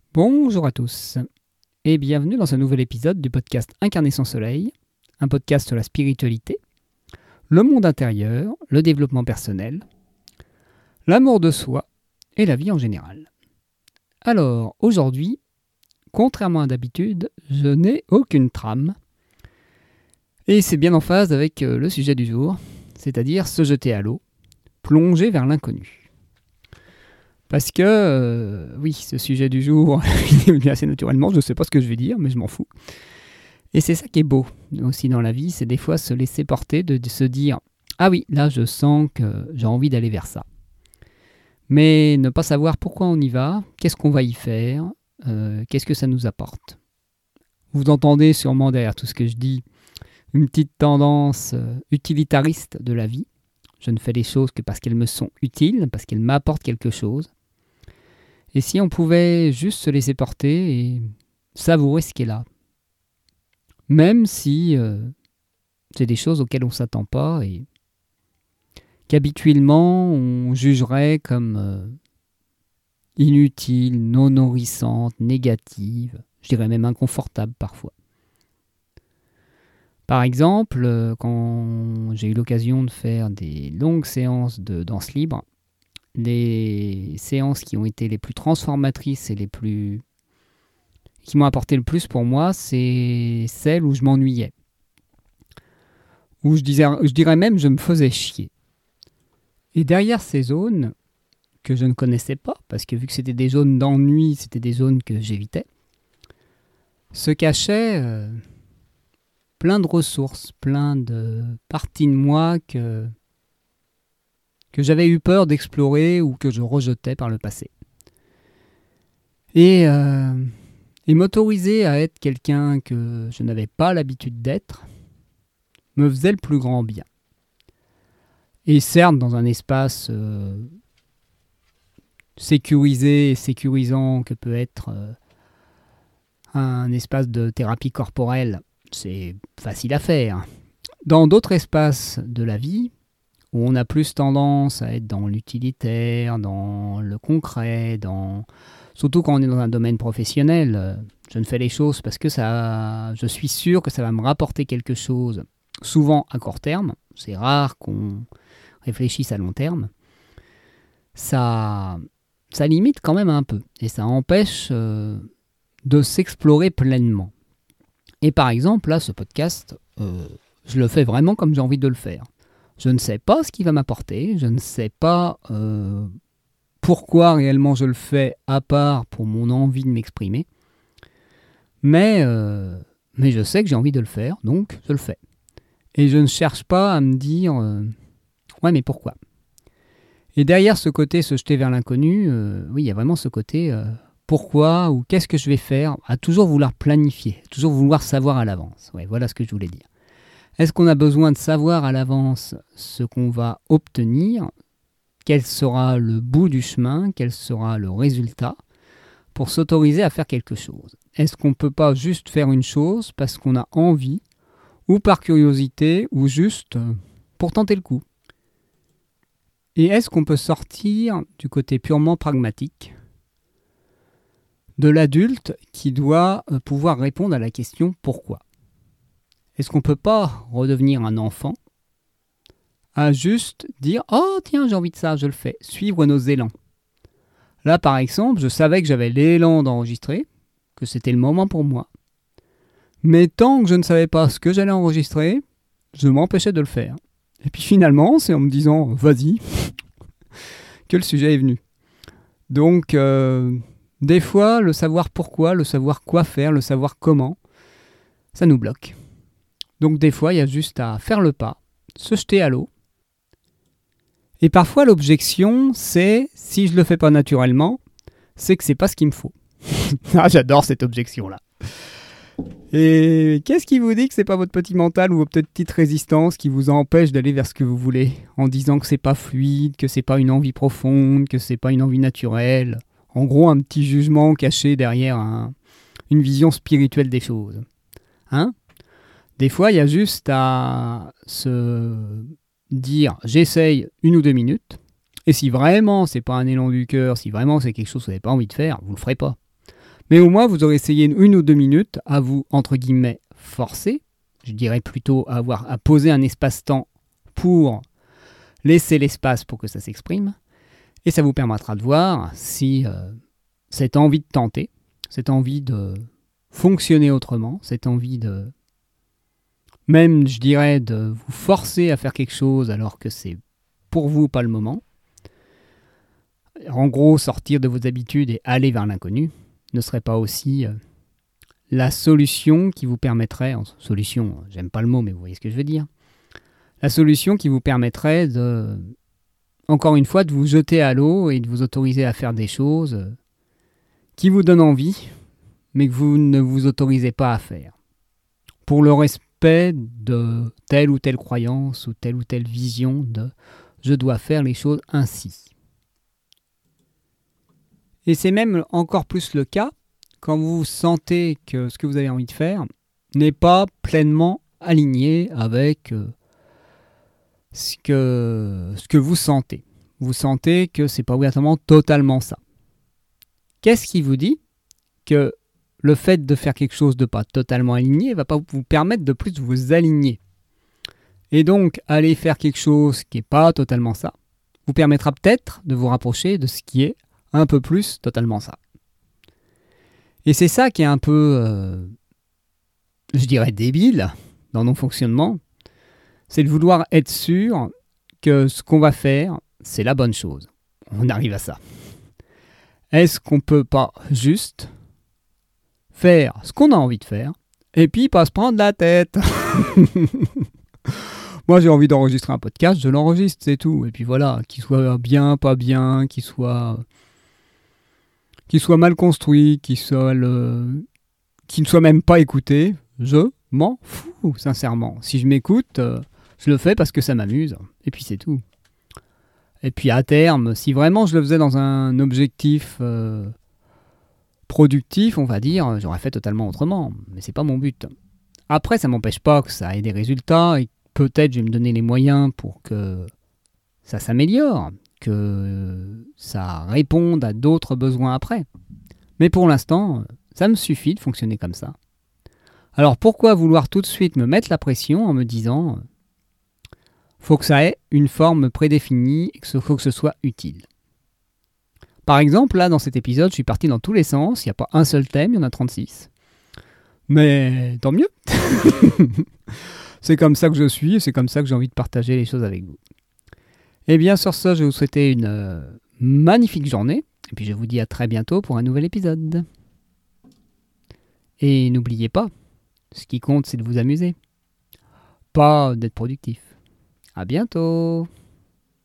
Bonjour à tous et bienvenue dans ce nouvel épisode du podcast Incarner son soleil, un podcast sur la spiritualité, le monde intérieur, le développement personnel, l'amour de soi et la vie en général. Alors aujourd'hui, contrairement à d'habitude, je n'ai aucune trame et c'est bien en phase avec le sujet du jour, c'est-à-dire se jeter à l'eau, plonger vers l'inconnu. Parce que, oui, ce sujet du jour, il est venu assez naturellement, je ne sais pas ce que je vais dire, mais je m'en fous. Et c'est ça qui est beau aussi dans la vie, c'est des fois se laisser porter, de se dire « Ah oui, là je sens que j'ai envie d'aller vers ça ». Mais ne pas savoir pourquoi on y va, qu'est-ce qu'on va y faire, qu'est-ce que ça nous apporte. Vous entendez sûrement derrière tout ce que je dis une petite tendance utilitariste de la vie. Je ne fais les choses que parce qu'elles me sont utiles, parce qu'elles m'apportent quelque chose. Et si on pouvait juste se laisser porter et savourer ce qui est là. Même si c'est des choses auxquelles on ne s'attend pas et qu'habituellement on jugerait comme inutiles, non nourrissantes, négatives, je dirais même inconfortables parfois. Par exemple, quand j'ai eu l'occasion de faire des longues séances de danse libre, les séances qui ont été les plus transformatrices et qui m'ont apporté le plus pour moi, c'est celles où je m'ennuyais. Où je dirais même je me faisais chier. Et derrière ces zones que je ne connaissais pas, parce que vu que c'était des zones d'ennui, c'était des zones que j'évitais, se cachaient plein de ressources, plein de parties de moi que j'avais eu peur d'explorer ou que je rejetais par le passé. Et m'autoriser à être quelqu'un que je n'avais pas l'habitude d'être me faisait le plus grand bien. Et certes, dans un espace sécurisé et sécurisant que peut être un espace de thérapie corporelle, c'est facile à faire. Dans d'autres espaces de la vie, où on a plus tendance à être dans l'utilitaire, dans le concret, surtout quand on est dans un domaine professionnel, je ne fais les choses parce que je suis sûr que ça va me rapporter quelque chose, souvent à court terme, c'est rare qu'on réfléchisse à long terme, ça limite quand même un peu, et ça empêche de s'explorer pleinement. Et par exemple, là, ce podcast, je le fais vraiment comme j'ai envie de le faire. Je ne sais pas ce qu'il va m'apporter, je ne sais pas pourquoi réellement je le fais, à part pour mon envie de m'exprimer. Mais je sais que j'ai envie de le faire, donc je le fais. Et je ne cherche pas à me dire ouais, mais pourquoi ? Et derrière ce côté, se jeter vers l'inconnu, oui, il y a vraiment ce côté pourquoi ou qu'est-ce que je vais faire, à toujours vouloir planifier, à toujours vouloir savoir à l'avance. Ouais, voilà ce que je voulais dire. Est-ce qu'on a besoin de savoir à l'avance ce qu'on va obtenir ? Quel sera le bout du chemin ? Quel sera le résultat ? Pour s'autoriser à faire quelque chose. Est-ce qu'on ne peut pas juste faire une chose parce qu'on a envie, ou par curiosité, ou juste pour tenter le coup ? Et est-ce qu'on peut sortir du côté purement pragmatique de l'adulte qui doit pouvoir répondre à la question « pourquoi ?» Est-ce qu'on ne peut pas redevenir un enfant à juste dire « oh tiens, j'ai envie de ça, je le fais », suivre nos élans. Là, par exemple, je savais que j'avais l'élan d'enregistrer, que c'était le moment pour moi. Mais tant que je ne savais pas ce que j'allais enregistrer, je m'empêchais de le faire. Et puis finalement, c'est en me disant « vas-y » que le sujet est venu. Donc, des fois, le savoir pourquoi, le savoir quoi faire, le savoir comment, ça nous bloque. Donc des fois, il y a juste à faire le pas, se jeter à l'eau. Et parfois, l'objection, c'est, si je ne le fais pas naturellement, c'est que c'est pas ce qu'il me faut. Ah, j'adore cette objection-là. Et qu'est-ce qui vous dit que c'est pas votre petit mental ou votre petite résistance qui vous empêche d'aller vers ce que vous voulez, en disant que c'est pas fluide, que c'est pas une envie profonde, que c'est pas une envie naturelle. En gros, un petit jugement caché derrière une vision spirituelle des choses. Hein ? Des fois, il y a juste à se dire « j'essaye 1 ou 2 minutes ». Et si vraiment c'est pas un élan du cœur, si vraiment c'est quelque chose que vous n'avez pas envie de faire, vous le ferez pas. Mais au moins, vous aurez essayé 1 ou 2 minutes à vous, entre guillemets, forcer. Je dirais plutôt à poser un espace-temps pour laisser l'espace pour que ça s'exprime. Et ça vous permettra de voir si cette envie de tenter, cette envie de fonctionner autrement, cette envie de, même je dirais, de vous forcer à faire quelque chose alors que c'est pour vous pas le moment. En gros, sortir de vos habitudes et aller vers l'inconnu ne serait pas aussi la solution qui vous permettrait, solution, j'aime pas le mot mais vous voyez ce que je veux dire, la solution qui vous permettrait de, encore une fois, de vous jeter à l'eau et de vous autoriser à faire des choses qui vous donnent envie, mais que vous ne vous autorisez pas à faire. Pour le respect de telle ou telle croyance ou telle vision de « je dois faire les choses ainsi ». Et c'est même encore plus le cas quand vous sentez que ce que vous avez envie de faire n'est pas pleinement aligné avec ce que vous sentez. Vous sentez que c'est pas obligatoirement totalement ça. Qu'est-ce qui vous dit que le fait de faire quelque chose de pas totalement aligné ne va pas vous permettre de plus vous aligner? Et donc, aller faire quelque chose qui n'est pas totalement ça vous permettra peut-être de vous rapprocher de ce qui est un peu plus totalement ça. Et c'est ça qui est un peu, je dirais, débile dans nos fonctionnements. C'est de vouloir être sûr que ce qu'on va faire, c'est la bonne chose. On arrive à ça. Est-ce qu'on peut pas juste faire ce qu'on a envie de faire et puis pas se prendre la tête? Moi, j'ai envie d'enregistrer un podcast, je l'enregistre, c'est tout. Et puis voilà, qu'il soit bien, pas bien, qu'il soit mal construit, qu'il ne soit même pas écouté, je m'en fous, sincèrement. Si je m'écoute, je le fais parce que ça m'amuse. Et puis c'est tout. Et puis à terme, si vraiment je le faisais dans un objectif productif, on va dire, j'aurais fait totalement autrement. Mais c'est pas mon but. Après, ça m'empêche pas que ça ait des résultats et peut-être je vais me donner les moyens pour que ça s'améliore, que ça réponde à d'autres besoins après. Mais pour l'instant, ça me suffit de fonctionner comme ça. Alors pourquoi vouloir tout de suite me mettre la pression en me disant faut que ça ait une forme prédéfinie et qu'il faut que ce soit utile. Par exemple, là dans cet épisode, je suis parti dans tous les sens, il n'y a pas un seul thème, il y en a 36. Mais tant mieux. C'est comme ça que je suis et c'est comme ça que j'ai envie de partager les choses avec vous. Et bien sur ce, je vais vous souhaiter une magnifique journée. Et puis je vous dis à très bientôt pour un nouvel épisode. Et n'oubliez pas, ce qui compte c'est de vous amuser. Pas d'être productif. À bientôt.